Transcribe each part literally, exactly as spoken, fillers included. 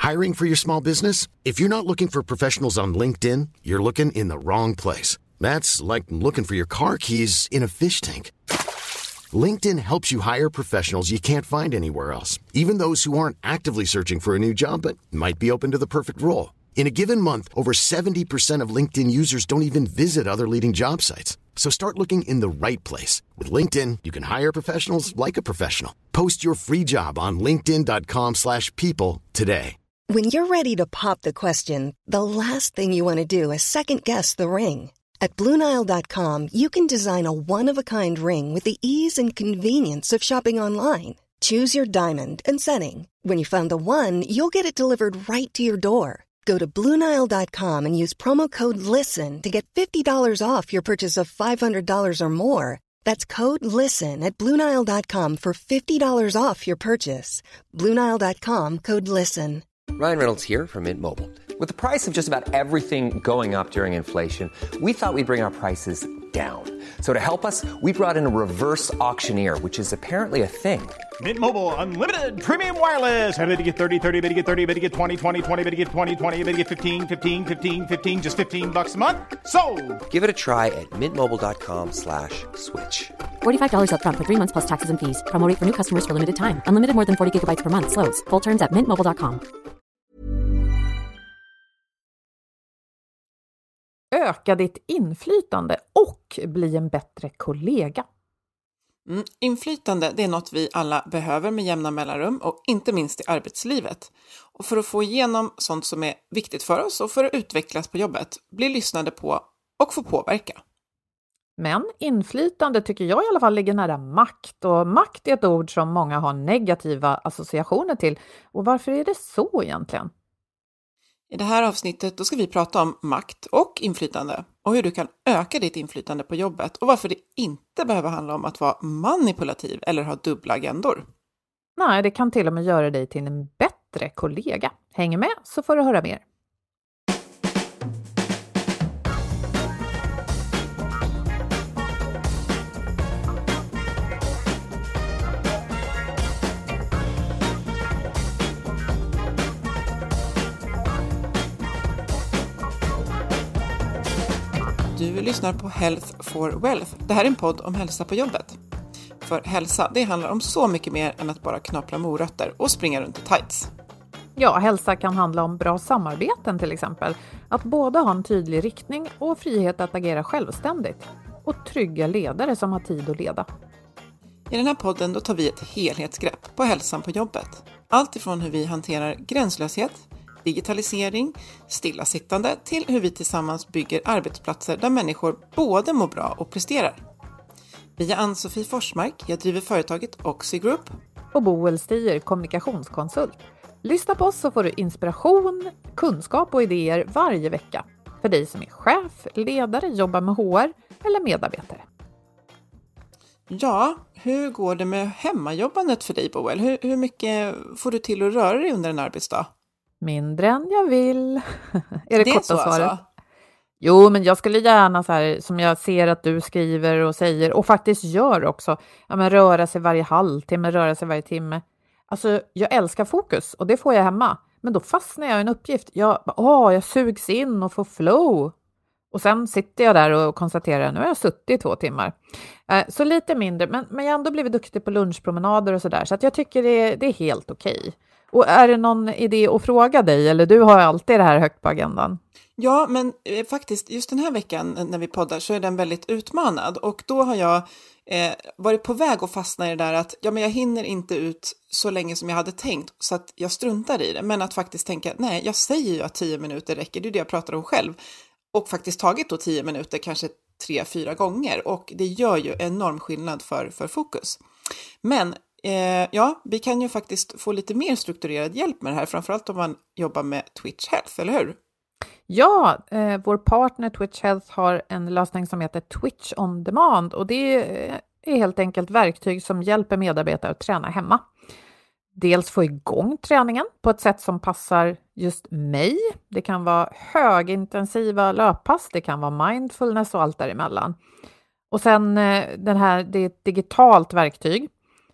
Hiring for your small business? If you're not looking for professionals on LinkedIn, you're looking in the wrong place. That's like looking for your car keys in a fish tank. LinkedIn helps you hire professionals you can't find anywhere else, even those who aren't actively searching for a new job but might be open to the perfect role. In a given month, over seventy percent of LinkedIn users don't even visit other leading job sites. So start looking in the right place. With LinkedIn, you can hire professionals like a professional. Post your free job on linkedin dot com slash people today. When you're ready to pop the question, the last thing you want to do is second-guess the ring. At Blue Nile dot com, you can design a one-of-a-kind ring with the ease and convenience of shopping online. Choose your diamond and setting. When you find the one, you'll get it delivered right to your door. Go to Blue Nile dot com and use promo code LISTEN to get fifty dollars off your purchase of five hundred dollars or more. That's code LISTEN at Blue Nile dot com for fifty dollars off your purchase. Blue Nile dot com, code LISTEN. Ryan Reynolds here from Mint Mobile. With the price of just about everything going up during inflation, we thought we'd bring our prices down. So to help us, we brought in a reverse auctioneer, which is apparently a thing. Mint Mobile Unlimited Premium Wireless. How to get thirty, thirty, how to get thirty, how to get twenty, twenty, twenty, how to get twenty, twenty, how to get fifteen, fifteen, fifteen, fifteen, just fifteen bucks a month? Sold! Give it a try at mintmobile.com slash switch. forty-five dollars up front for three months plus taxes and fees. Promo rate for new customers for limited time. Unlimited more than forty gigabytes per month. Slows full terms at mint mobile dot com. Öka ditt inflytande och bli en bättre kollega. Mm, inflytande, det är något vi alla behöver med jämna mellanrum och inte minst i arbetslivet. Och för att få igenom sånt som är viktigt för oss och för att utvecklas på jobbet, bli lyssnade på och få påverka. Men inflytande tycker jag i alla fall ligger nära makt, och makt är ett ord som många har negativa associationer till. Och varför är det så egentligen? I det här avsnittet då ska vi prata om makt och inflytande och hur du kan öka ditt inflytande på jobbet och varför det inte behöver handla om att vara manipulativ eller ha dubbla agendor. Nej, det kan till och med göra dig till en bättre kollega. Häng med så får du höra mer. Du lyssnar på Health for Wealth. Det här är en podd om hälsa på jobbet. För hälsa, det handlar om så mycket mer än att bara knapra morötter och springa runt i tights. Ja, hälsa kan handla om bra samarbeten till exempel. Att båda ha en tydlig riktning och frihet att agera självständigt. Och trygga ledare som har tid att leda. I den här podden då tar vi ett helhetsgrepp på hälsan på jobbet. Allt ifrån hur vi hanterar gränslöshet, digitalisering, stillasittande till hur vi tillsammans bygger arbetsplatser där människor både mår bra och presterar. Vi är Ann-Sofie Forsmark, jag driver företaget Oxy Group. Och Boel Stier, kommunikationskonsult. Lyssna på oss så får du inspiration, kunskap och idéer varje vecka. För dig som är chef, ledare, jobbar med H R eller medarbetare. Ja, hur går det med hemmajobbandet för dig, Boel? Hur, hur mycket får du till att röra dig under en arbetsdag? Mindre än jag vill. Är det, det korta svaret? Alltså? Jo, men jag skulle gärna så här, som jag ser att du skriver och säger och faktiskt gör också. Ja, men röra sig varje halvtimme, röra sig varje timme. Alltså, jag älskar fokus och det får jag hemma. Men då fastnar jag i en uppgift. Jag, åh, jag sugs in och får flow. Och sen sitter jag där och konstaterar, nu har jag suttit i två timmar. Eh, så lite mindre, men, men jag har ändå blivit duktig på lunchpromenader och sådär. Så att jag tycker det, det är helt okej. Och är det någon idé att fråga dig? Eller du har alltid det här högt på agendan? Ja, men eh, faktiskt just den här veckan när vi poddar så är den väldigt utmanad. Och då har jag eh, varit på väg att fastna i det där att ja, men jag hinner inte ut så länge som jag hade tänkt. Så att jag struntar i det. Men att faktiskt tänka, nej, jag säger ju att tio minuter räcker. Det är det jag pratar om själv. Och faktiskt tagit då tio minuter, kanske tre, fyra gånger. Och det gör ju enorm skillnad för, för fokus. Men eh, ja, vi kan ju faktiskt få lite mer strukturerad hjälp med det här. Framförallt om man jobbar med Twitch Health, eller hur? Ja, eh, vår partner Twitch Health har en lösning som heter Twitch on Demand. Och det är helt enkelt verktyg som hjälper medarbetare att träna hemma. Dels få igång träningen på ett sätt som passar just mig. Det kan vara högintensiva löppass, det kan vara mindfulness och allt däremellan. Och sen den här, det är ett digitalt verktyg.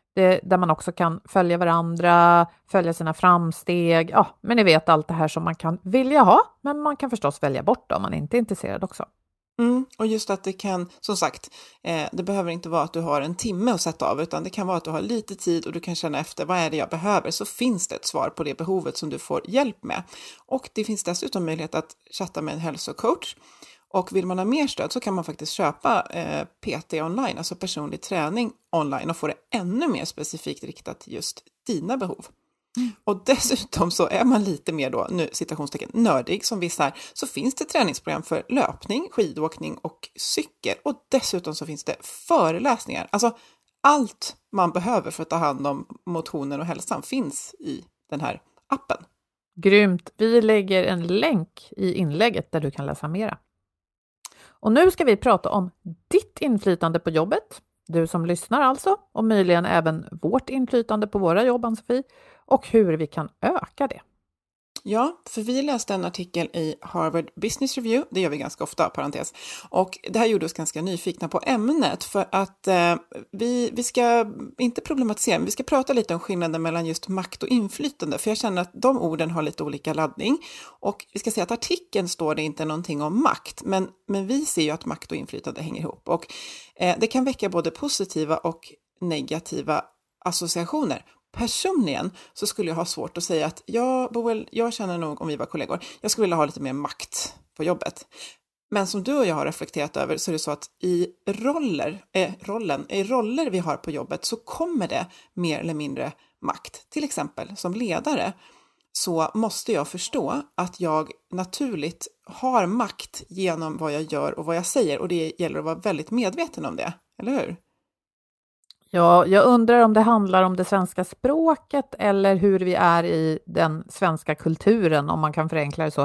Det, där man också kan följa varandra, följa sina framsteg. Ja, men ni vet allt det här som man kan vilja ha, men man kan förstås välja bort om man inte är intresserad också. Mm, och just att det kan, som sagt, eh, det behöver inte vara att du har en timme att sätta av, utan det kan vara att du har lite tid och du kan känna efter vad är det jag behöver, så finns det ett svar på det behovet som du får hjälp med. Och det finns dessutom möjlighet att chatta med en hälsocoach. Och vill man ha mer stöd så kan man faktiskt köpa eh, P T online, alltså personlig träning online, och få det ännu mer specifikt riktat till just dina behov. Mm. Och dessutom så är man lite mer då, nu citationstecken, nördig som vissa är, så finns det träningsprogram för löpning, skidåkning och cykel. Och dessutom så finns det föreläsningar. Alltså allt man behöver för att ta hand om motionen och hälsan finns i den här appen. Grymt! Vi lägger en länk i inlägget där du kan läsa mera. Och nu ska vi prata om ditt inflytande på jobbet. Du som lyssnar alltså, och möjligen även vårt inflytande på våra jobb, Ann-Sofie, och hur vi kan öka det. Ja, för vi läste en artikel i Harvard Business Review, det gör vi ganska ofta, parentes, och det här gjorde oss ganska nyfikna på ämnet, för att eh, vi, vi ska inte problematisera, men vi ska prata lite om skillnaden mellan just makt och inflytande, för jag känner att de orden har lite olika laddning, och vi ska säga att artikeln står det inte någonting om makt, men, men vi ser ju att makt och inflytande hänger ihop, och eh, det kan väcka både positiva och negativa associationer. Personligen så skulle jag ha svårt att säga att jag, Boel, jag känner nog, om vi var kollegor, jag skulle vilja ha lite mer makt på jobbet. Men som du och jag har reflekterat över så är det så att i roller, eh, rollen, i roller vi har på jobbet så kommer det mer eller mindre makt. Till exempel som ledare så måste jag förstå att jag naturligt har makt genom vad jag gör och vad jag säger, och det gäller att vara väldigt medveten om det, eller hur? Ja, jag undrar om det handlar om det svenska språket eller hur vi är i den svenska kulturen, om man kan förenkla det så.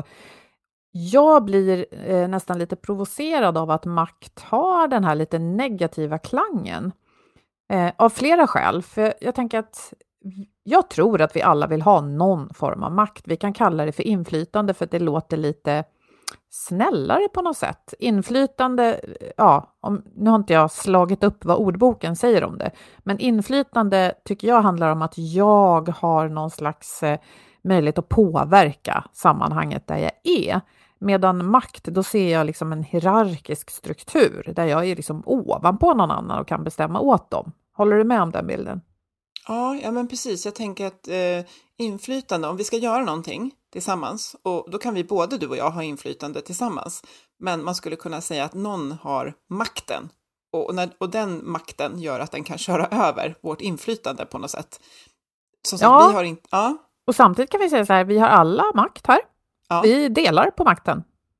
Jag blir eh, nästan lite provocerad av att makt har den här lite negativa klangen. Eh, av flera skäl. För jag tänker att jag tror att vi alla vill ha någon form av makt. Vi kan kalla det för inflytande för att det låter lite snällare på något sätt. Inflytande, ja, om, nu har inte jag slagit upp vad ordboken säger om det, men inflytande tycker jag handlar om att jag har någon slags eh, möjlighet att påverka sammanhanget där jag är. Medan makt, då ser jag liksom en hierarkisk struktur där jag är liksom ovanpå någon annan och kan bestämma åt dem. Håller du med om den bilden? Ja, ja men precis. Jag tänker att eh, inflytande, om vi ska göra någonting tillsammans, och då kan vi både du och jag ha inflytande tillsammans, men man skulle kunna säga att någon har makten, och, när, och den makten gör att den kan köra över vårt inflytande på något sätt. Så, så ja, vi har in, ja, och samtidigt kan vi säga så här, vi har alla makt här. Ja. Vi delar på makten.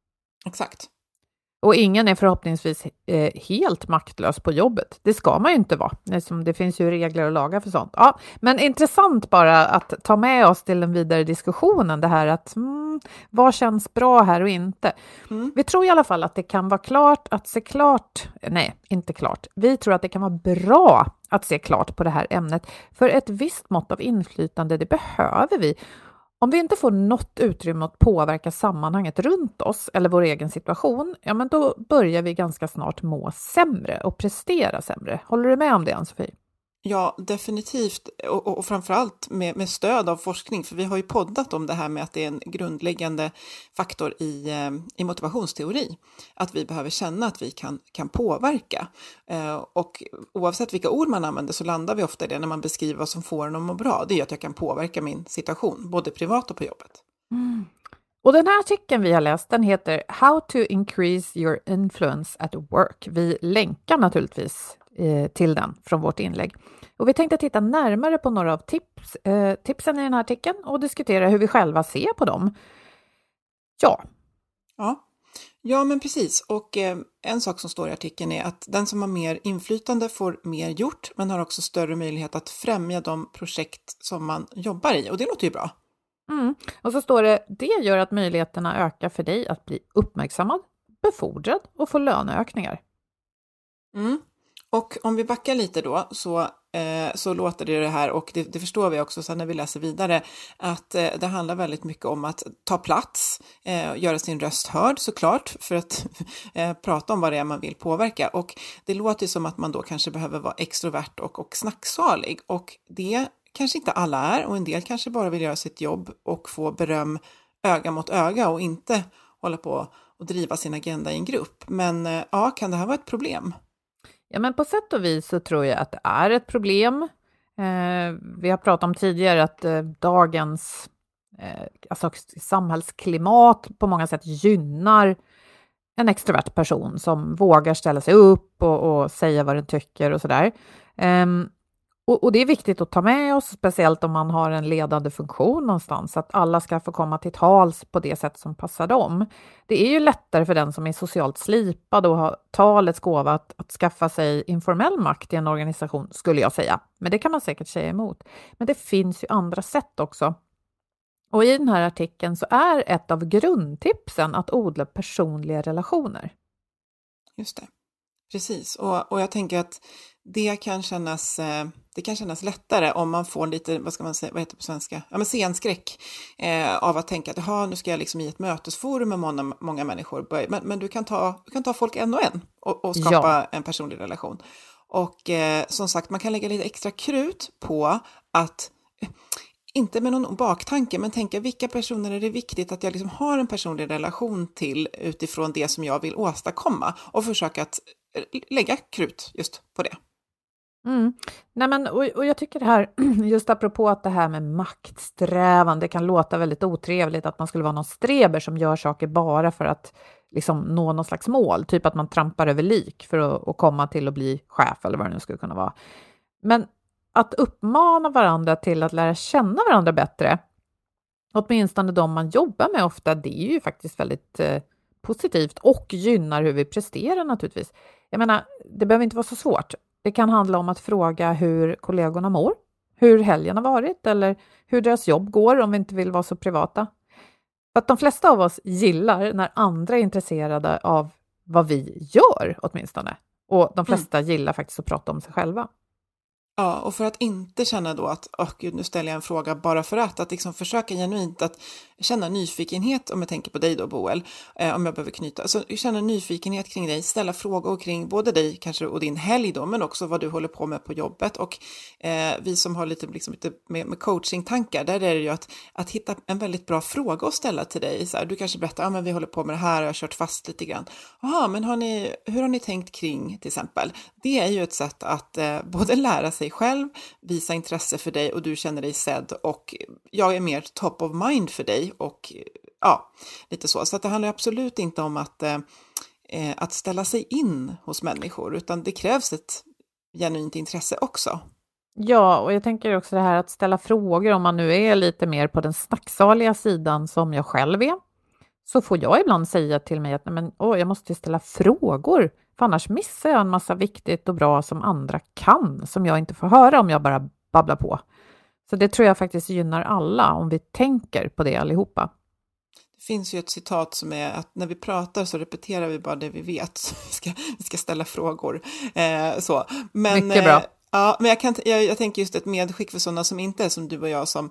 Exakt. Och ingen är förhoppningsvis eh, helt maktlös på jobbet. Det ska man ju inte vara. Det finns ju regler och lagar för sånt. Ja, men intressant bara att ta med oss till den vidare diskussionen. Det här att mm, vad känns bra här och inte. Mm. Vi tror i alla fall att det kan vara klart att se klart. Nej, inte klart. Vi tror att det kan vara bra att se klart på det här ämnet. För ett visst mått av inflytande, det behöver vi. Om vi inte får något utrymme att påverka sammanhanget runt oss eller vår egen situation, ja men då börjar vi ganska snart må sämre och prestera sämre. Håller du med om det, Ann-Sofie? Ja, definitivt. Och, och, och framförallt med, med stöd av forskning. För vi har ju poddat om det här med att det är en grundläggande faktor i, eh, i motivationsteori. Att vi behöver känna att vi kan, kan påverka. Eh, och oavsett vilka ord man använder så landar vi ofta i det när man beskriver vad som får en att må bra. Det är att jag kan påverka min situation, både privat och på jobbet. Mm. Och den här artikeln vi har läst, den heter How to increase your influence at work. Vi länkar naturligtvis eh, till den från vårt inlägg. Och vi tänkte titta närmare på några av tips, eh, tipsen i den här artikeln och diskutera hur vi själva ser på dem. Ja. Ja, ja men precis. Och eh, en sak som står i artikeln är att den som har mer inflytande får mer gjort, men har också större möjlighet att främja de projekt som man jobbar i. Och det låter ju bra. Mm. Och så står det, det gör att möjligheterna ökar för dig att bli uppmärksammad, befordrad och få löneökningar. Mm. Och om vi backar lite då så, eh, så låter det det här, och det, det förstår vi också sen när vi läser vidare, att eh, det handlar väldigt mycket om att ta plats, eh, göra sin röst hörd såklart, för att eh, prata om vad det är man vill påverka. Och det låter som att man då kanske behöver vara extrovert och, och snacksalig, och det kanske inte alla är, och en del kanske bara vill göra sitt jobb och få beröm öga mot öga och inte hålla på och driva sin agenda i en grupp. Men eh, ja, kan det här vara ett problem? Ja, men på sätt och vis så tror jag att det är ett problem. Eh, vi har pratat om tidigare att eh, dagens eh, alltså samhällsklimat på många sätt gynnar en extrovert person som vågar ställa sig upp och, och säga vad den tycker och sådär. Eh, och, och det är viktigt att ta med oss, speciellt om man har en ledande funktion någonstans, att alla ska få komma till tals på det sätt som passar dem. Det är ju lättare för den som är socialt slipad och har talets gåva att, att skaffa sig informell makt i en organisation, skulle jag säga. Men det kan man säkert säga emot. Men det finns ju andra sätt också. Och i den här artikeln så är ett av grundtipsen att odla personliga relationer. Just det, precis. Och, och jag tänker att det kan kännas, det kan kännas lättare om man får lite, vad ska man säga, vad heter det på svenska? Ja, men scenskräck eh, av att tänka att aha, nu ska jag liksom i ett mötesforum med många, många människor. Men, men du, kan ta, du kan ta folk en och en och, och skapa ja. en personlig relation. Och eh, som sagt, man kan lägga lite extra krut på att, inte med någon baktanke, men tänka vilka personer är det viktigt att jag liksom har en personlig relation till utifrån det som jag vill åstadkomma, och försöka att lägga krut just på det. Mm. Nej, men, och, och jag tycker det här, just apropå att det här med maktsträvan, det kan låta väldigt otrevligt att man skulle vara någon streber som gör saker bara för att liksom nå någon slags mål, typ att man trampar över lik för att, att komma till att bli chef eller vad det nu skulle kunna vara. Men att uppmana varandra till att lära känna varandra bättre, åtminstone de man jobbar med ofta, det är ju faktiskt väldigt eh, positivt och gynnar hur vi presterar naturligtvis. Jag menar, det behöver inte vara så svårt. Det kan handla om att fråga hur kollegorna mår, hur helgen har varit eller hur deras jobb går om vi inte vill vara så privata. För att de flesta av oss gillar när andra är intresserade av vad vi gör åtminstone. Och de flesta mm. gillar faktiskt att prata om sig själva. Ja, och för att inte känna då att, åh gud, nu ställer jag en fråga bara för att, att liksom försöka genuint att känna nyfikenhet, om jag tänker på dig då, Boel, eh, om jag behöver knyta, alltså känna nyfikenhet kring dig, ställa frågor kring både dig kanske och din helg då, men också vad du håller på med på jobbet, och eh, vi som har lite, liksom, lite med, med coachingtankar, där är det ju att, att hitta en väldigt bra fråga att ställa till dig, så här, du kanske berättar, ja men vi håller på med det här och jag har kört fast lite grann, jaha, men har ni, hur har ni tänkt kring till exempel, det är ju ett sätt att eh, både lära sig själv, visa intresse för dig och du känner dig sedd, och jag är mer top of mind för dig, och ja, lite så. Så att det handlar absolut inte om att, eh, att ställa sig in hos människor, utan det krävs ett genuint intresse också. Ja, och jag tänker också det här att ställa frågor, om man nu är lite mer på den snacksaliga sidan som jag själv är, så får jag ibland säga till mig att nej men, åh, jag måste ställa frågor, för annars missar jag en massa viktigt och bra som andra kan, som jag inte får höra om jag bara babblar på. Så det tror jag faktiskt gynnar alla, om vi tänker på det allihopa. Det finns ju ett citat som är att när vi pratar så repeterar vi bara det vi vet. Så vi ska, vi ska ställa frågor. Eh, så. Men, Mycket bra. Eh, ja, men jag, kan, jag, jag tänker just ett medskick för sådana som inte är som du och jag, som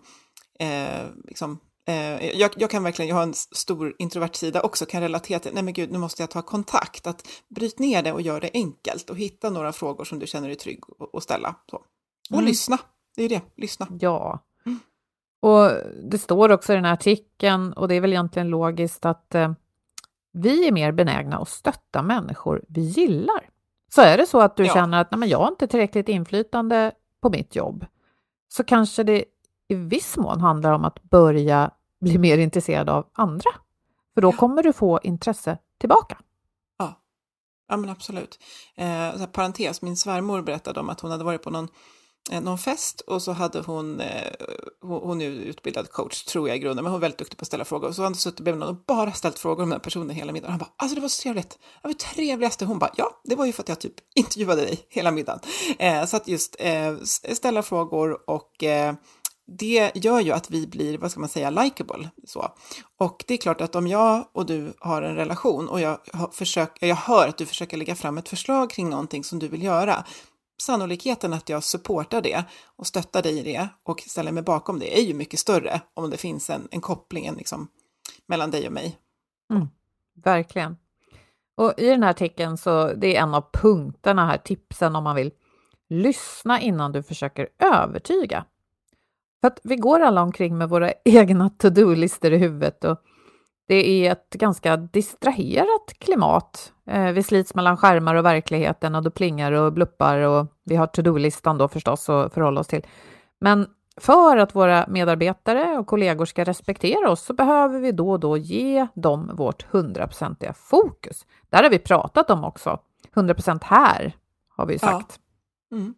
eh, liksom, eh, jag, jag kan verkligen, jag har en stor introvert sida också, kan relatera till, nej men gud, nu måste jag ta kontakt. Att bryta ner det och göra det enkelt och hitta några frågor som du känner dig trygg att ställa. Så. Och mm. lyssna. Det är det, lyssna. Ja, mm. och det står också i den här artikeln, och det är väl egentligen logiskt, att eh, vi är mer benägna att stötta människor vi gillar. Så är det så att du ja. känner att nej, men jag har inte tillräckligt inflytande på mitt jobb, så kanske det i viss mån handlar om att börja bli mer intresserad av andra. För då ja. kommer du få intresse tillbaka. Ja, ja men absolut. Eh, så här, parentes, min svärmor berättade om att hon hade varit på någon någon fest, och så hade hon, eh, hon är utbildad coach tror jag i grunden, men hon är väldigt duktig på att ställa frågor, och så hade hon suttit bredvid någon och bara ställt frågor om den personen hela middagen. Han bara, alltså det var så trevligt, det var det trevligaste. Hon bara, ja, det var ju för att jag typ intervjuade dig hela middagen. Eh, så att just eh, ställa frågor och eh, det gör ju att vi blir, vad ska man säga, likeable. Så. Och det är klart att om jag och du har en relation och jag, har försök, jag hör att du försöker lägga fram ett förslag kring någonting som du vill göra, sannolikheten att jag supportar det och stöttar dig i det och ställer mig bakom det är ju mycket större om det finns en, en koppling liksom, mellan dig och mig. Mm, verkligen. Och i den här artikeln så det är en av punkterna här, tipsen om man vill lyssna innan du försöker övertyga. För att vi går alla omkring med våra egna to-do-listor i huvudet och det är ett ganska distraherat klimat. Eh, vi slits mellan skärmar och verkligheten och då plingar och bluppar och vi har to-do-listan då förstås att förhålla oss till. Men för att våra medarbetare och kollegor ska respektera oss så behöver vi då och då ge dem vårt hundraprocentiga fokus. Där har vi pratat om också. hundra procent här har vi ju sagt. Ja. Mm.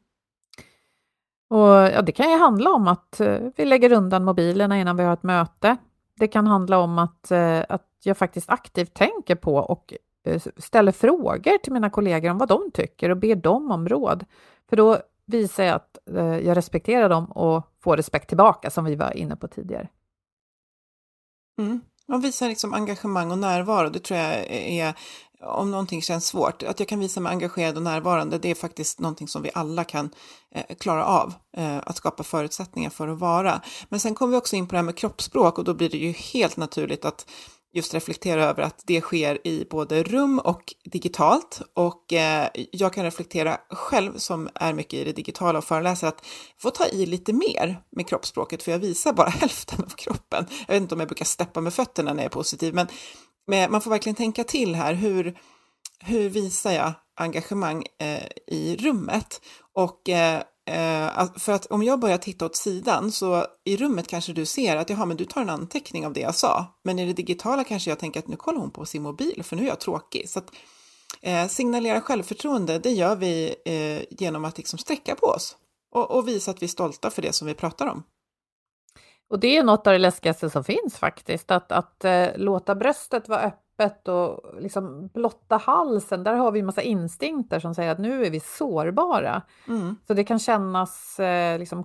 Och ja, det kan ju handla om att eh, vi lägger undan mobilerna innan vi har ett möte. Det kan handla om att, eh, att jag faktiskt aktivt tänker på och eh, ställer frågor till mina kollegor om vad de tycker och ber dem om råd. För då visar jag att eh, jag respekterar dem och får respekt tillbaka som vi var inne på tidigare. Mm. Man visar liksom engagemang och närvaro. Det tror jag är, om någonting känns svårt, att jag kan visa mig engagerad och närvarande, det är faktiskt någonting som vi alla kan eh, klara av, eh, att skapa förutsättningar för att vara. Men sen kommer vi också in på det här med kroppsspråk och då blir det ju helt naturligt att just reflektera över att det sker i både rum och digitalt. Och eh, jag kan reflektera själv som är mycket i det digitala och föreläser att få ta i lite mer med kroppsspråket, för jag visar bara hälften av kroppen. Jag vet inte om jag brukar steppa med fötterna när jag är positiv, men Men man får verkligen tänka till här, hur, hur visar jag engagemang eh, i rummet? Och eh, för att om jag börjar titta åt sidan så i rummet kanske du ser att jaha, men du tar en anteckning av det jag sa. Men i det digitala kanske jag tänker att nu kollar hon på sin mobil för nu är jag tråkig. Så att eh, signalera självförtroende, det gör vi eh, genom att liksom sträcka på oss och, och visa att vi är stolta för det som vi pratar om. Och det är något av det läskigaste som finns faktiskt. Att, att eh, låta bröstet vara öppet och liksom blotta halsen. Där har vi en massa instinkter som säger att nu är vi sårbara. Mm. Så det kan kännas eh, liksom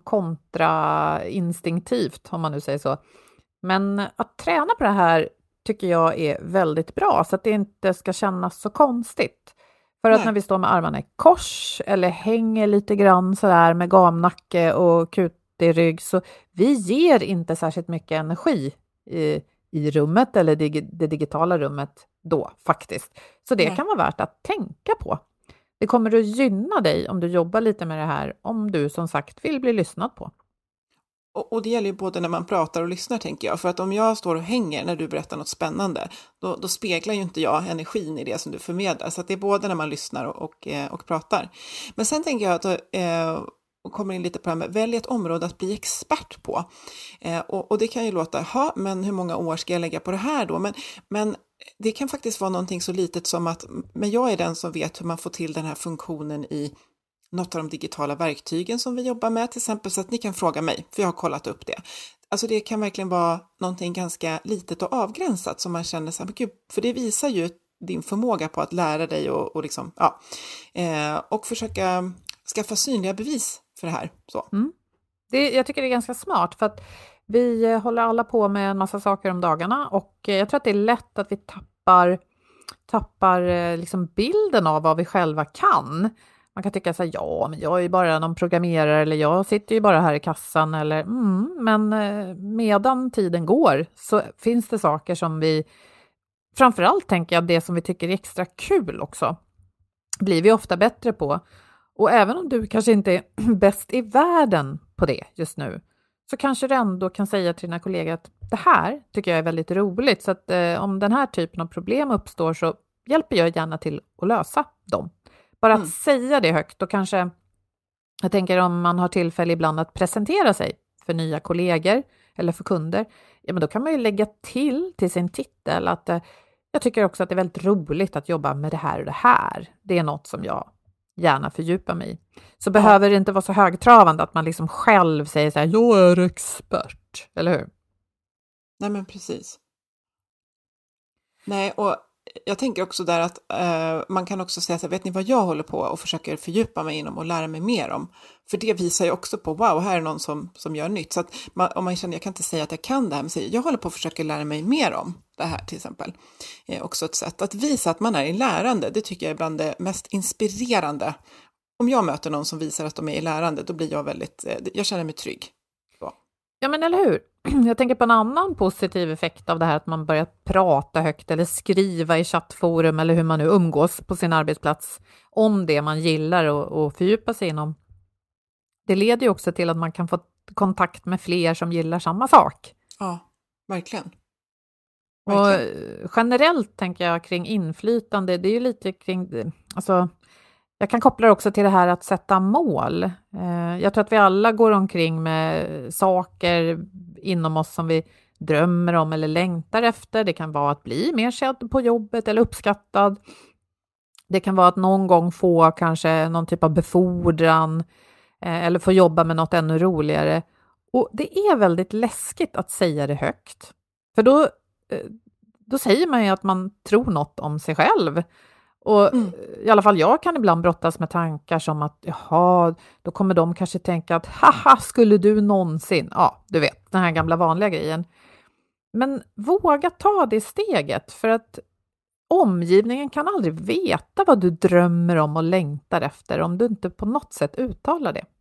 kontrainstinktivt om man nu säger så. Men att träna på det här tycker jag är väldigt bra. Så att det inte ska kännas så konstigt. För att Nej. När vi står med armarna i kors eller hänger lite grann sådär med gamnacke och kut i rygg, så vi ger inte särskilt mycket energi i, i rummet eller dig, det digitala rummet då faktiskt. Så det Nej. Kan vara värt att tänka på. Det kommer att gynna dig om du jobbar lite med det här, om du som sagt vill bli lyssnad på. Och, och det gäller ju både när man pratar och lyssnar, tänker jag. För att om jag står och hänger när du berättar något spännande, då, då speglar ju inte jag energin i det som du förmedlar. Så att det är både när man lyssnar och, och, och pratar. Men sen tänker jag att eh, och kommer in lite på det här med välj ett område att bli expert på. Eh, och, och det kan ju låta, ja, men hur många år ska jag lägga på det här då? Men, men det kan faktiskt vara någonting så litet som att, men jag är den som vet hur man får till den här funktionen i något av de digitala verktygen som vi jobbar med till exempel, så att ni kan fråga mig, för jag har kollat upp det. Alltså det kan verkligen vara någonting ganska litet och avgränsat som man känner så här, gud, för det visar ju din förmåga på att lära dig och, och liksom, ja, eh, och försöka skaffa synliga bevis för det här. Så. Mm. Det, jag tycker det är ganska smart, för att vi håller alla på med en massa saker om dagarna och jag tror att det är lätt att vi tappar, tappar liksom bilden av vad vi själva kan. Man kan tycka så här, ja, men jag är ju bara någon programmerare eller jag sitter ju bara här i kassan eller mm, men medan tiden går så finns det saker som vi, framförallt tänker jag det som vi tycker är extra kul också, blir vi ofta bättre på. Och även om du kanske inte är bäst i världen på det just nu, så kanske du ändå kan säga till dina kollegor att det här tycker jag är väldigt roligt. Så att eh, om den här typen av problem uppstår så hjälper jag gärna till att lösa dem. Bara att mm. säga det högt och kanske, jag tänker om man har tillfälle ibland att presentera sig för nya kollegor eller för kunder, ja men då kan man ju lägga till till sin titel att eh, jag tycker också att det är väldigt roligt att jobba med det här och det här. Det är något som jag gärna fördjupa mig i. Så ja. Behöver det inte vara så högtravande att man liksom själv säger så här, jag är expert, eller hur? Nej men precis. Nej, och jag tänker också där att uh, man kan också säga så här, vet ni vad jag håller på och försöker fördjupa mig inom och lära mig mer om? För det visar ju också på, wow, här är någon som, som gör nytt. Så att man, om man känner, jag kan inte säga att jag kan det här, men säger, jag håller på att försöka lära mig mer om det här till exempel. Eh, också ett sätt att visa att man är i lärande, det tycker jag är bland det mest inspirerande. Om jag möter någon som visar att de är i lärande, då blir jag väldigt, eh, jag känner mig trygg. Så. Ja, men eller hur? Jag tänker på en annan positiv effekt av det här att man börjar prata högt eller skriva i chattforum eller hur man nu umgås på sin arbetsplats om det man gillar och, och fördjupa sig inom. Det leder ju också till att man kan få kontakt med fler som gillar samma sak. Ja, verkligen. verkligen. Och generellt tänker jag kring inflytande, det är ju lite kring, alltså jag kan koppla det också till det här att sätta mål. Jag tror att vi alla går omkring med saker inom oss som vi drömmer om eller längtar efter. Det kan vara att bli mer sedd på jobbet eller uppskattad. Det kan vara att någon gång få kanske någon typ av befordran eller få jobba med något ännu roligare. Och det är väldigt läskigt att säga det högt. För då, då säger man ju att man tror något om sig själv. Och mm. i alla fall jag kan ibland brottas med tankar som att jaha, då kommer de kanske tänka att haha, skulle du någonsin, ja du vet, den här gamla vanliga grejen. Men våga ta det steget, för att omgivningen kan aldrig veta vad du drömmer om och längtar efter om du inte på något sätt uttalar det.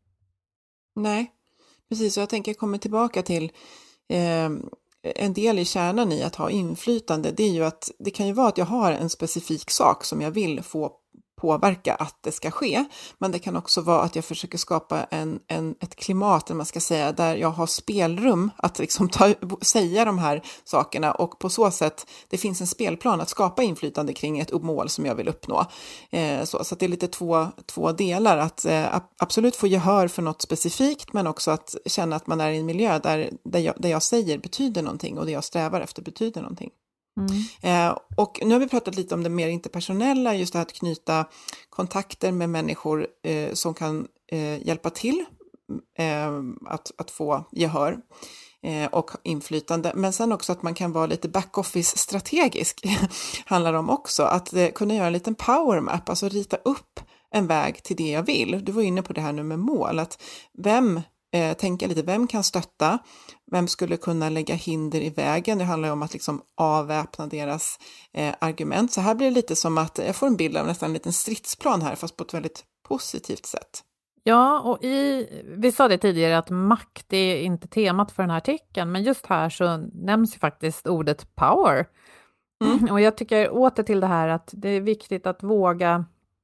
Nej, precis, och jag tänker komma tillbaka till eh, en del i kärnan i att ha inflytande, det är ju att det kan ju vara att jag har en specifik sak som jag vill få påverka att det ska ske, men det kan också vara att jag försöker skapa en, en, ett klimat, man ska säga, där jag har spelrum att liksom ta, säga de här sakerna, och på så sätt det finns en spelplan att skapa inflytande kring ett mål som jag vill uppnå. Eh, så, så att det är lite två, två delar, att eh, absolut få gehör för något specifikt, men också att känna att man är i en miljö där, där, jag, där jag säger betyder någonting och det jag strävar efter betyder någonting. Mm. Eh, och nu har vi pratat lite om det mer interpersonella, just det här att knyta kontakter med människor eh, som kan eh, hjälpa till eh, att, att få gehör eh, och inflytande. Men sen också att man kan vara lite backoffice strategisk handlar om också. Att eh, kunna göra en liten power map, alltså rita upp en väg till det jag vill. Du var inne på det här nu med mål, att vem Eh, tänka lite, vem kan stötta, vem skulle kunna lägga hinder i vägen. Det handlar ju om att liksom avväpna deras eh, argument. Så här blir det lite som att jag får en bild av nästan en liten stridsplan här, fast på ett väldigt positivt sätt. Ja, och i, vi sa det tidigare att makt är inte temat för den här artikeln, men just här så nämns ju faktiskt ordet power. Mm. Och jag tycker åter till det här att det är viktigt att våga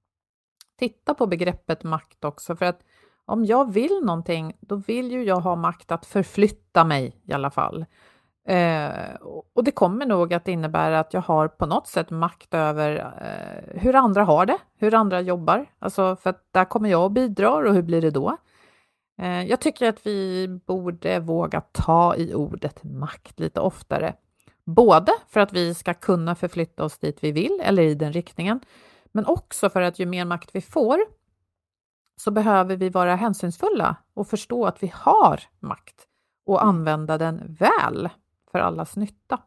titta på begreppet makt också, för att om jag vill någonting, då vill ju jag ha makt att förflytta mig i alla fall. Eh, och det kommer nog att innebära att jag har på något sätt makt över eh, hur andra har det, hur andra jobbar. Alltså för att där kommer jag och bidrar, och hur blir det då? Eh, jag tycker att vi borde våga ta i ordet makt lite oftare. Både för att vi ska kunna förflytta oss dit vi vill, eller i den riktningen. Men också för att ju mer makt vi får, så behöver vi vara hänsynsfulla och förstå att vi har makt och använda den väl för allas nytta.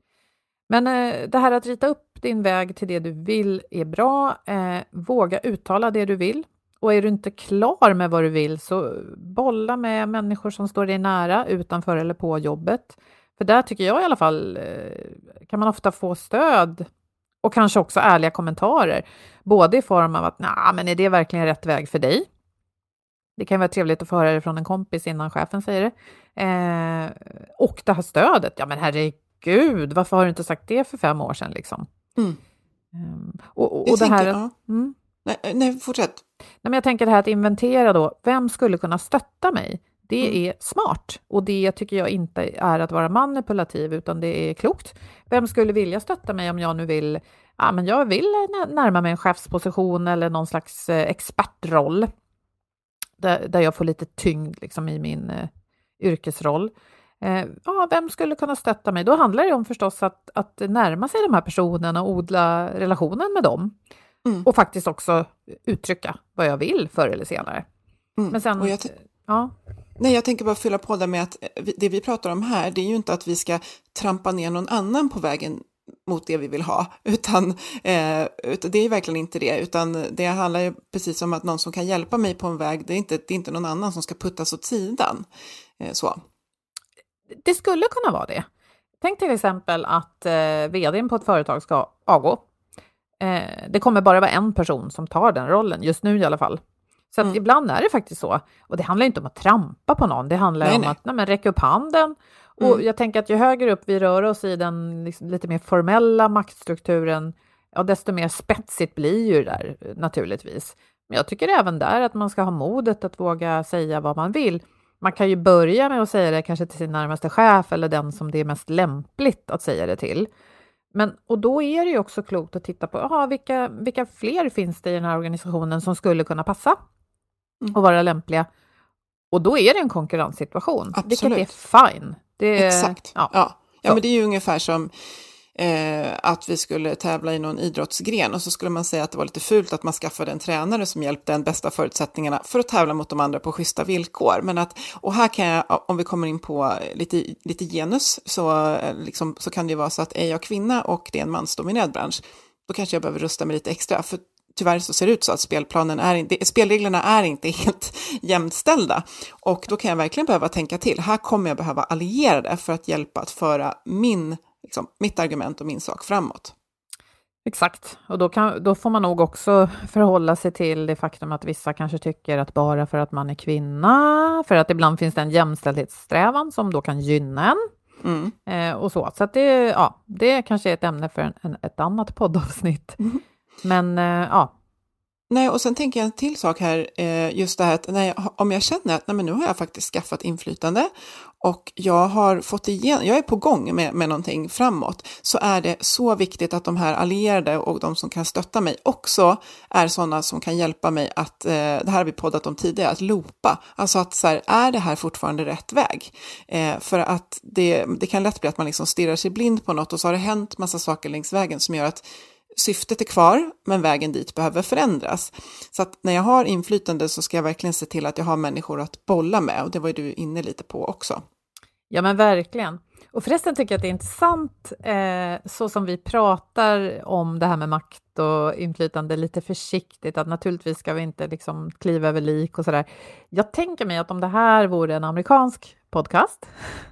Men eh, det här att rita upp din väg till det du vill är bra. Eh, våga uttala det du vill. Och är du inte klar med vad du vill, så bolla med människor som står dig nära utanför eller på jobbet. För där tycker jag i alla fall eh, kan man ofta få stöd och kanske också ärliga kommentarer. Både i form av att, nej, men är det verkligen rätt väg för dig? Det kan vara trevligt att få höra det från en kompis innan chefen säger det. Eh, och det här stödet, ja men herregud, varför har du inte sagt det för fem år sedan liksom? Mm. Um, och och, och det här... Ja. Mm. Nej, nej, fortsätt. Nej, men jag tänker det här att inventera då, vem skulle kunna stötta mig? Det mm. är smart, och det tycker jag inte är att vara manipulativ, utan det är klokt. Vem skulle vilja stötta mig om jag nu vill, ja men jag vill närma mig en chefsposition eller någon slags expertroll där, där jag får lite tyngd liksom i min uh, yrkesroll. Uh, ja, vem skulle kunna stötta mig? Då handlar det om förstås att, att närma sig de här personerna och odla relationen med dem. Mm. Och faktiskt också uttrycka vad jag vill förr eller senare. Mm. Men sen... Och jag t- ja. Nej, jag tänker bara fylla på det med att det vi pratar om här, det är ju inte att vi ska trampa ner någon annan på vägen mot det vi vill ha, utan, eh, utan det är verkligen inte det, utan det handlar ju precis om att någon som kan hjälpa mig på en väg, det är inte, det är inte någon annan som ska puttas åt sidan. Eh, så. Det skulle kunna vara det. Tänk till exempel att eh, vdn på ett företag ska avgå. Eh, det kommer bara vara en person som tar den rollen, just nu i alla fall. Så att mm. ibland är det faktiskt så. Och det handlar inte om att trampa på någon. Det handlar nej, om nej. att nej, men, räcka upp handen. Och mm. jag tänker att ju högre upp vi rör oss i den liksom, lite mer formella maktstrukturen, ja, desto mer spetsigt blir ju det där naturligtvis. Men jag tycker även där att man ska ha modet att våga säga vad man vill. Man kan ju börja med att säga det kanske till sin närmaste chef eller den som det är mest lämpligt att säga det till. Men, och då är det ju också klokt att titta på aha, vilka, vilka fler finns det i den här organisationen som skulle kunna passa mm. och vara lämpliga. Och då är det en konkurrenssituation. Absolut. Vilket är fine. Det är, exakt. Ja. Ja. Ja, men det är ju ungefär som eh, att vi skulle tävla i någon idrottsgren och så skulle man säga att det var lite fult att man skaffade en tränare som hjälpte den bästa förutsättningarna för att tävla mot de andra på schyssta villkor. Men att, och här kan jag, om vi kommer in på lite, lite genus, så, liksom, så kan det ju vara så att är jag kvinna och det är en mansdominerad bransch, då kanske jag behöver rusta mig lite extra, för tyvärr så ser det ut så att spelplanen är inte, spelreglerna är inte helt jämställda. Och då kan jag verkligen behöva tänka till. Här kommer jag behöva allierade för att hjälpa att föra min, liksom, mitt argument och min sak framåt. Exakt. Och då, kan, då får man nog också förhålla sig till det faktum att vissa kanske tycker att bara för att man är kvinna, för att ibland finns det en jämställdhetssträvan som då kan gynna en. Mm. Eh, och så. Så att det, ja, det kanske är ett ämne för en, en, ett annat poddavsnitt. Mm. Men äh, ja. Nej, och sen tänker jag en till sak här, eh, just det här att nej, om jag känner att nej, men nu har jag faktiskt skaffat inflytande och jag har fått igen, jag är på gång med, med någonting framåt, så är det så viktigt att de här allierade och de som kan stötta mig också är sådana som kan hjälpa mig att, eh, det här har vi poddat om tidigare, att loopa, alltså att så här, är det här fortfarande rätt väg? Eh, för att det, det kan lätt bli att man liksom stirrar sig blind på något och så har det hänt massa saker längs vägen som gör att syftet är kvar, men vägen dit behöver förändras. Så att när jag har inflytande så ska jag verkligen se till att jag har människor att bolla med. Och det var ju du inne lite på också. Ja, men verkligen. Och förresten tycker jag att det är intressant eh, så som vi pratar om det här med makt och inflytande lite försiktigt. Att naturligtvis ska vi inte liksom kliva över lik och sådär. Jag tänker mig att om det här vore en amerikansk podcast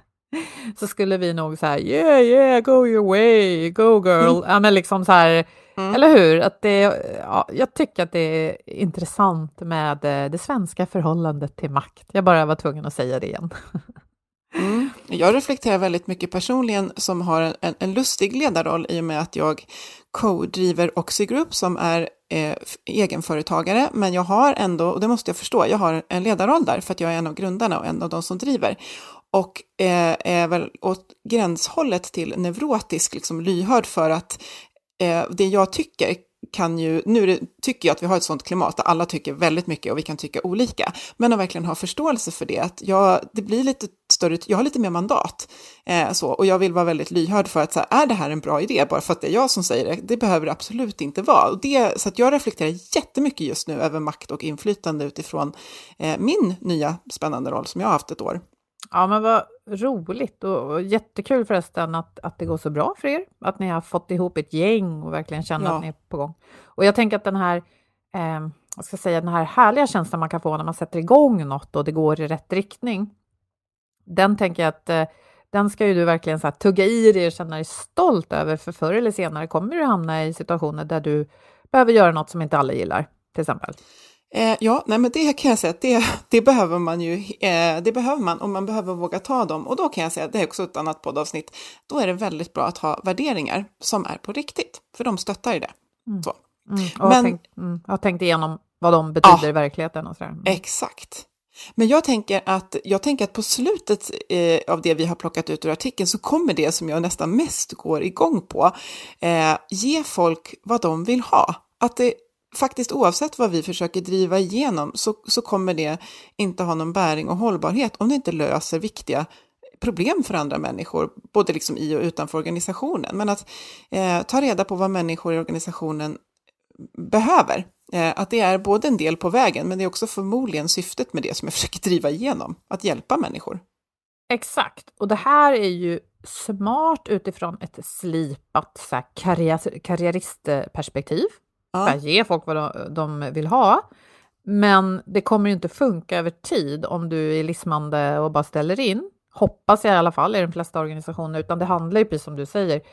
så skulle vi nog så här, yeah, yeah, go your way, go girl. Mm. Ja, men liksom så här, mm. eller hur? Att det, ja, jag tycker att det är intressant med det svenska förhållandet till makt. Jag bara var tvungen att säga det igen. Mm. Jag reflekterar väldigt mycket personligen som har en, en lustig ledarroll i och med att jag co-driver Oxigroup som är eh, egenföretagare, men jag har ändå, och det måste jag förstå, jag har en ledarroll där för att jag är en av grundarna och en av de som driver. Och eh, är väl åt gränshållet till neurotisk, liksom lyhörd för att eh, det jag tycker kan ju, nu det, tycker jag att vi har ett sånt klimat där alla tycker väldigt mycket och vi kan tycka olika, men att verkligen ha förståelse för det, att jag, det blir lite större, jag har lite mer mandat eh, så, och jag vill vara väldigt lyhörd för att så här, är det här en bra idé bara för att det är jag som säger det, det behöver det absolut inte vara, och det, så att jag reflekterar jättemycket just nu över makt och inflytande utifrån eh, min nya spännande roll som jag har haft ett år. Ja, men vad roligt och, och jättekul förresten att, att det går så bra för er. Att ni har fått ihop ett gäng och verkligen känner ja. att ni är på gång. Och jag tänker att den här, eh, jag ska säga, den här härliga känslan man kan få när man sätter igång något och det går i rätt riktning. Den tänker jag att eh, den ska ju du verkligen så här, tugga i dig och känna dig stolt över. För förr eller senare kommer du hamna i situationer där du behöver göra något som inte alla gillar, till exempel. Eh, ja, nej, men det kan jag säga att det, det behöver man ju, eh, det behöver man och man behöver våga ta dem. Och då kan jag säga att det är också ett annat poddavsnitt. Då är det väldigt bra att ha värderingar som är på riktigt, för de stöttar i det. Mm. Så. Mm. Och men, jag, tänkt, mm, jag har tänkt igenom vad de betyder ja, i verkligheten och sådär. Mm. Exakt. Men jag tänker att, jag tänker att på slutet eh, av det vi har plockat ut ur artikeln så kommer det som jag nästan mest går igång på. Eh, ge folk vad de vill ha. Att det faktiskt oavsett vad vi försöker driva igenom så, så kommer det inte ha någon bäring och hållbarhet om det inte löser viktiga problem för andra människor, både liksom i och utanför organisationen. Men att eh, ta reda på vad människor i organisationen behöver. Eh, att det är både en del på vägen, men det är också förmodligen syftet med det som jag försöker driva igenom, att hjälpa människor. Exakt, och det här är ju smart utifrån ett slipat så här, karriär, karriäristperspektiv. Ja. För att ge folk vad de, de vill ha. Men det kommer ju inte funka över tid om du är lismande och bara ställer in. Hoppas jag i alla fall i de flesta organisationer. Utan det handlar ju precis som du säger.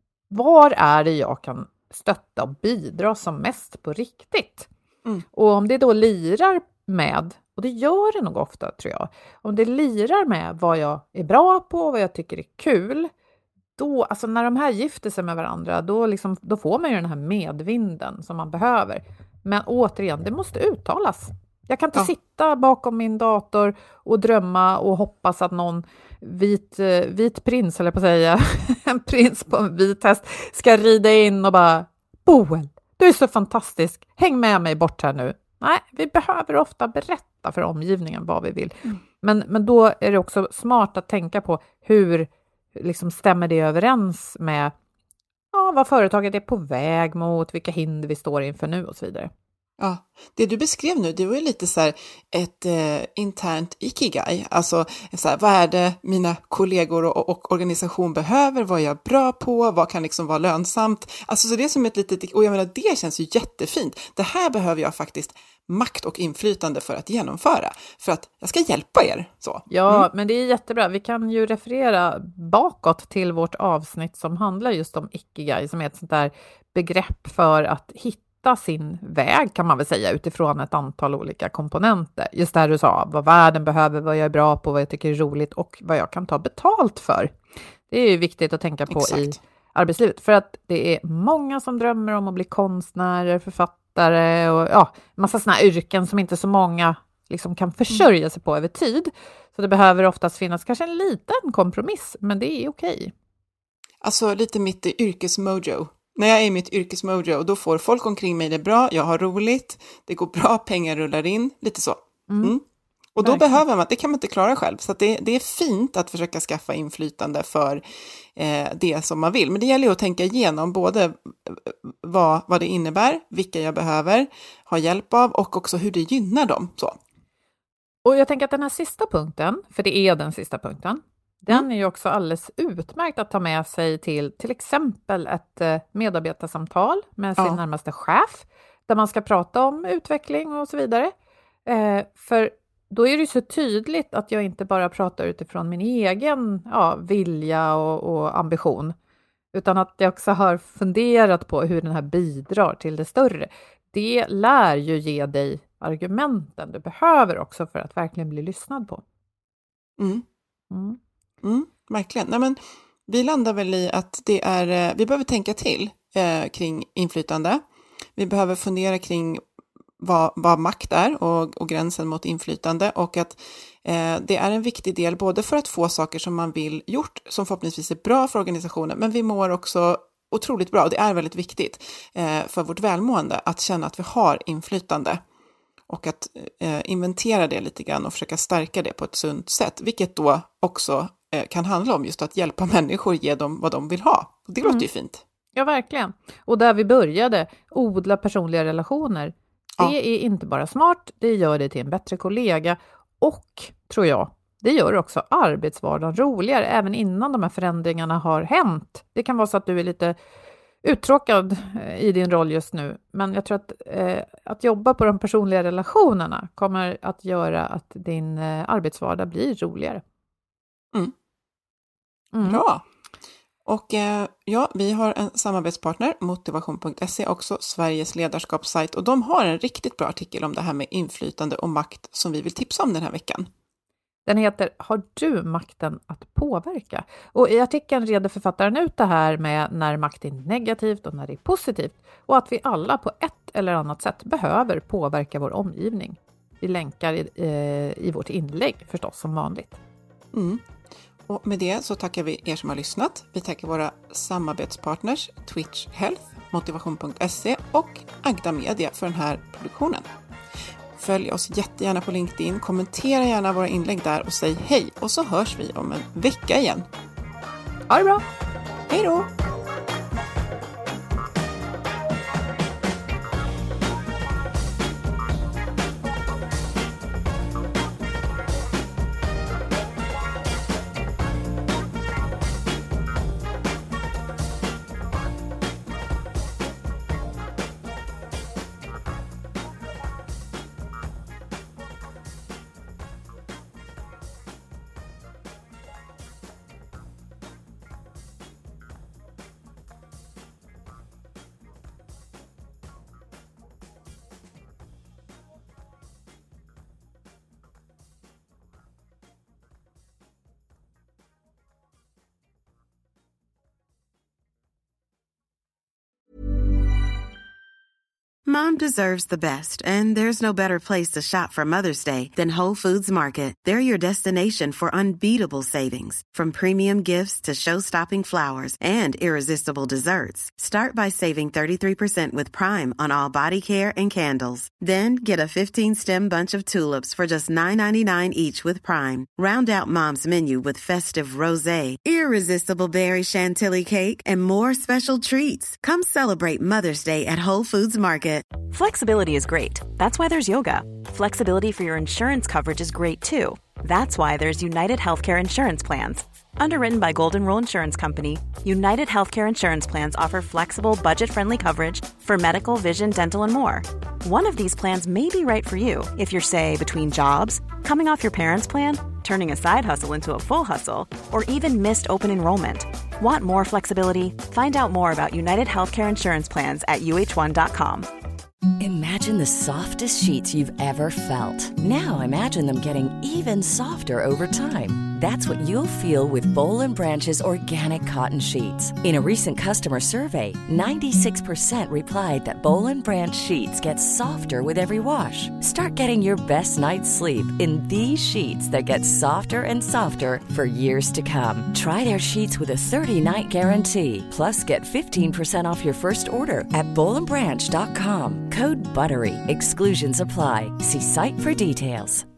Var är det jag kan stötta och bidra som mest på riktigt? Mm. Och om det då lirar med, och det gör det nog ofta tror jag. Om det lirar med vad jag är bra på, vad jag tycker är kul. Då, alltså när de här gifter sig med varandra, då, liksom, då får man ju den här medvinden som man behöver. Men återigen, det måste uttalas. Jag kan inte ja. sitta bakom min dator och drömma och hoppas att någon vit, vit prins, eller på att säga, en prins på en vit häst ska rida in och bara, Boel, du är så fantastisk, häng med mig bort här nu. Nej, vi behöver ofta berätta för omgivningen vad vi vill. Mm. Men, men då är det också smart att tänka på hur liksom stämmer det överens med ja, vad företaget är på väg mot, vilka hinder vi står inför nu och så vidare. Ja, det du beskrev nu, det var ju lite så här ett eh, internt ikigai. Alltså, så här, vad är det mina kollegor och, och organisation behöver? Vad är jag bra på? Vad kan liksom vara lönsamt? Alltså, så det är som ett litet, och jag menar, det känns ju jättefint. Det här behöver jag faktiskt makt och inflytande för att genomföra. För att jag ska hjälpa er. Så. Ja, mm. men det är jättebra. Vi kan ju referera bakåt till vårt avsnitt som handlar just om ikigai, som är ett sånt där begrepp för att hitta sin väg, kan man väl säga, utifrån ett antal olika komponenter. Just där du sa, vad världen behöver, vad jag är bra på, vad jag tycker är roligt och vad jag kan ta betalt för. Det är ju viktigt att tänka på Exakt. i arbetslivet, för att det är många som drömmer om att bli konstnärer, författare och ja, massa såna här yrken som inte så många liksom kan försörja sig på över tid. Så det behöver oftast finnas kanske en liten kompromiss, men det är okej. Alltså lite mitt yrkesmojo. När jag är i mitt yrkesmojo, då får folk omkring mig det bra, jag har roligt, det går bra, pengar rullar in, lite så. Mm. Mm. Och då Verkligen. behöver man, det kan man inte klara själv, så att det, det är fint att försöka skaffa inflytande för eh, det som man vill. Men det gäller ju att tänka igenom både vad, vad det innebär, vilka jag behöver ha hjälp av och också hur det gynnar dem. Så. Och jag tänker att den här sista punkten, för det är den sista punkten, den är ju också alldeles utmärkt att ta med sig till till exempel ett medarbetarsamtal med sin ja. närmaste chef, där man ska prata om utveckling och så vidare. Eh, för då är det ju så tydligt att jag inte bara pratar utifrån min egen ja, vilja och, och ambition, utan att jag också har funderat på hur den här bidrar till det större. Det lär ju ge dig argumenten du behöver också för att verkligen bli lyssnad på. Mm. Mm. Mm, verkligen. Nej, men vi landar väl i att det är, vi behöver tänka till eh, kring inflytande. Vi behöver fundera kring vad, vad makt är och, och gränsen mot inflytande, och att eh, det är en viktig del både för att få saker som man vill gjort som förhoppningsvis är bra för organisationen, men vi mår också otroligt bra, och det är väldigt viktigt eh, för vårt välmående att känna att vi har inflytande. Och att eh, inventera det lite grann och försöka stärka det på ett sunt sätt. Vilket då också eh, kan handla om just att hjälpa människor, ge dem vad de vill ha. Och det mm. låter ju fint. Ja, verkligen. Och där vi började, odla personliga relationer. Det ja. är inte bara smart, det gör det till en bättre kollega. Och, tror jag, det gör också arbetsvardagen roligare. Även innan de här förändringarna har hänt. Det kan vara så att du är lite uttråkad i din roll just nu, men jag tror att eh, att jobba på de personliga relationerna kommer att göra att din eh, arbetsvardag blir roligare. Mm. Mm. Bra. Och eh, ja, vi har en samarbetspartner, motivation punkt se, också Sveriges ledarskapssajt, och de har en riktigt bra artikel om det här med inflytande och makt som vi vill tipsa om den här veckan. Den heter Har du makten att påverka? Och i artikeln reder författaren ut det här med när makt är negativt och när det är positivt. Och att vi alla på ett eller annat sätt behöver påverka vår omgivning. Vi länkar i, eh, i vårt inlägg förstås som vanligt. Mm. Och med det så tackar vi er som har lyssnat. Vi tackar våra samarbetspartners Twitch Health, motivation punkt se och Agda Media för den här produktionen. Följ oss jättegärna på LinkedIn, kommentera gärna våra inlägg där och säg hej. Och så hörs vi om en vecka igen. Ha det bra! Hej då! Mom deserves the best, and there's no better place to shop for Mother's Day than Whole Foods Market. They're your destination for unbeatable savings, from premium gifts to show-stopping flowers and irresistible desserts. Start by saving thirty-three percent with Prime on all body care and candles. Then get a fifteen-stem bunch of tulips for just nine ninety-nine each with Prime. Round out Mom's menu with festive rosé, irresistible berry chantilly cake, and more special treats. Come celebrate Mother's Day at Whole Foods Market. Flexibility is great. That's why there's yoga. Flexibility for your insurance coverage is great too. That's why there's United Healthcare Insurance Plans. Underwritten by Golden Rule Insurance Company, United Healthcare Insurance Plans offer flexible, budget-friendly coverage for medical, vision, dental, and more. One of these plans may be right for you if you're, say, between jobs, coming off your parents' plan, turning a side hustle into a full hustle, or even missed open enrollment. Want more flexibility? Find out more about United Healthcare Insurance Plans at U H one dot com. Imagine the softest sheets you've ever felt. Now imagine them getting even softer over time. That's what you'll feel with Boll and Branch's organic cotton sheets. In a recent customer survey, ninety-six percent replied that Boll and Branch sheets get softer with every wash. Start getting your best night's sleep in these sheets that get softer and softer for years to come. Try their sheets with a thirty-night guarantee. Plus, get fifteen percent off your first order at boll and branch dot com. Code BUTTERY. Exclusions apply. See site for details.